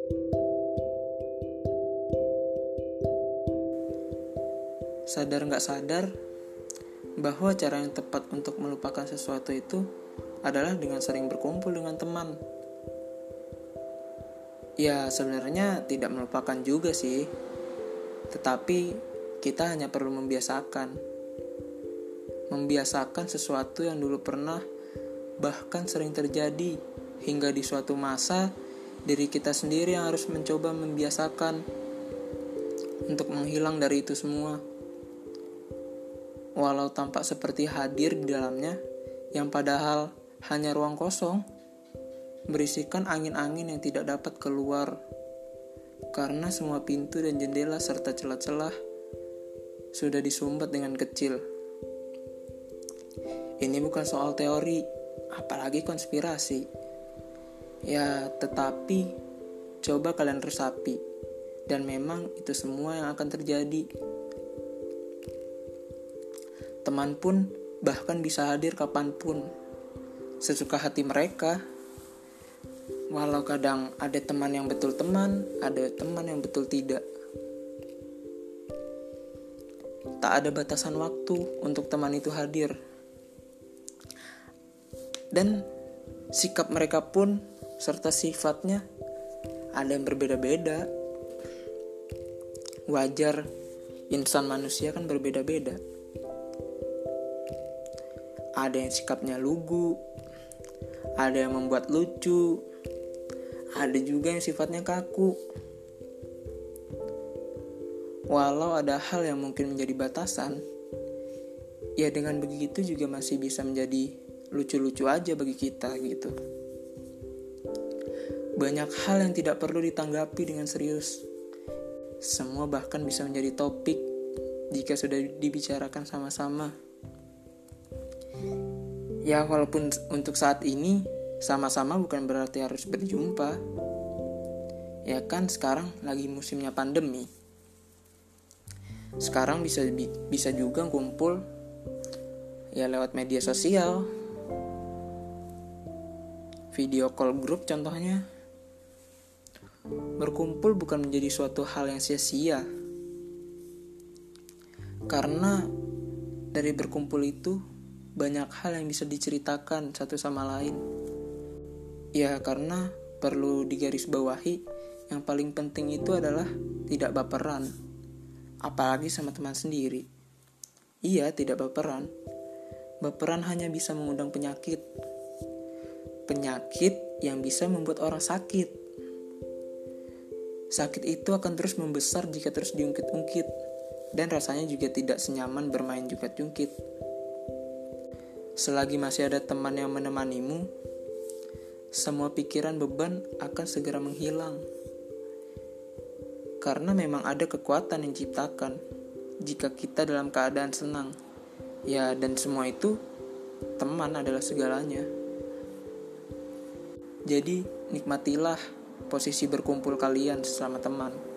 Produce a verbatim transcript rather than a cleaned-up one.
Sadar gak sadar bahwa cara yang tepat untuk melupakan sesuatu itu adalah dengan sering berkumpul dengan teman. Ya, sebenarnya tidak melupakan juga sih, tetapi kita hanya perlu membiasakan. Membiasakan sesuatu yang dulu pernah, bahkan sering terjadi, hingga di suatu masa, diri kita sendiri yang harus mencoba membiasakan untuk menghilang dari itu semua. Walau tampak seperti hadir di dalamnya, yang padahal hanya ruang kosong, berisikan angin-angin yang tidak dapat keluar, karena semua pintu dan jendela serta celah-celah sudah disumbat dengan kecil. Ini bukan soal teori, apalagi konspirasi. Ya, tetapi coba kalian resapi, dan memang itu semua yang akan terjadi. Teman pun bahkan bisa hadir kapanpun, sesuka hati mereka. Walau kadang ada teman yang betul teman, ada teman yang betul tidak. Tak ada batasan waktu untuk teman itu hadir. Dan sikap mereka pun serta sifatnya ada yang berbeda-beda. Wajar, insan manusia kan berbeda-beda. Ada yang sikapnya lugu, ada yang membuat lucu, ada juga yang sifatnya kaku. Walau ada hal yang mungkin menjadi batasan, ya dengan begitu juga masih bisa menjadi lucu-lucu aja bagi kita gitu. Banyak hal yang tidak perlu ditanggapi dengan serius. Semua bahkan bisa menjadi topik jika sudah dibicarakan sama-sama. Ya, walaupun untuk saat ini sama-sama bukan berarti harus berjumpa. Ya kan sekarang lagi musimnya pandemi. Sekarang bisa bisa juga kumpul ya lewat media sosial. Video call grup contohnya. Berkumpul bukan menjadi suatu hal yang sia-sia. Karena dari berkumpul itu banyak hal yang bisa diceritakan satu sama lain. Ya, karena perlu digarisbawahi, yang paling penting itu adalah tidak baperan. Apalagi sama teman sendiri. Iya, tidak baperan. Baperan hanya bisa mengundang penyakit. Penyakit yang bisa membuat orang sakit. Sakit itu akan terus membesar jika terus diungkit-ungkit. Dan rasanya juga tidak senyaman bermain jungkit-jungkit. Selagi masih ada teman yang menemanimu, semua pikiran beban akan segera menghilang. Karena memang ada kekuatan yang diciptakan jika kita dalam keadaan senang. Ya, dan semua itu teman adalah segalanya. Jadi nikmatilah posisi berkumpul kalian sesama teman.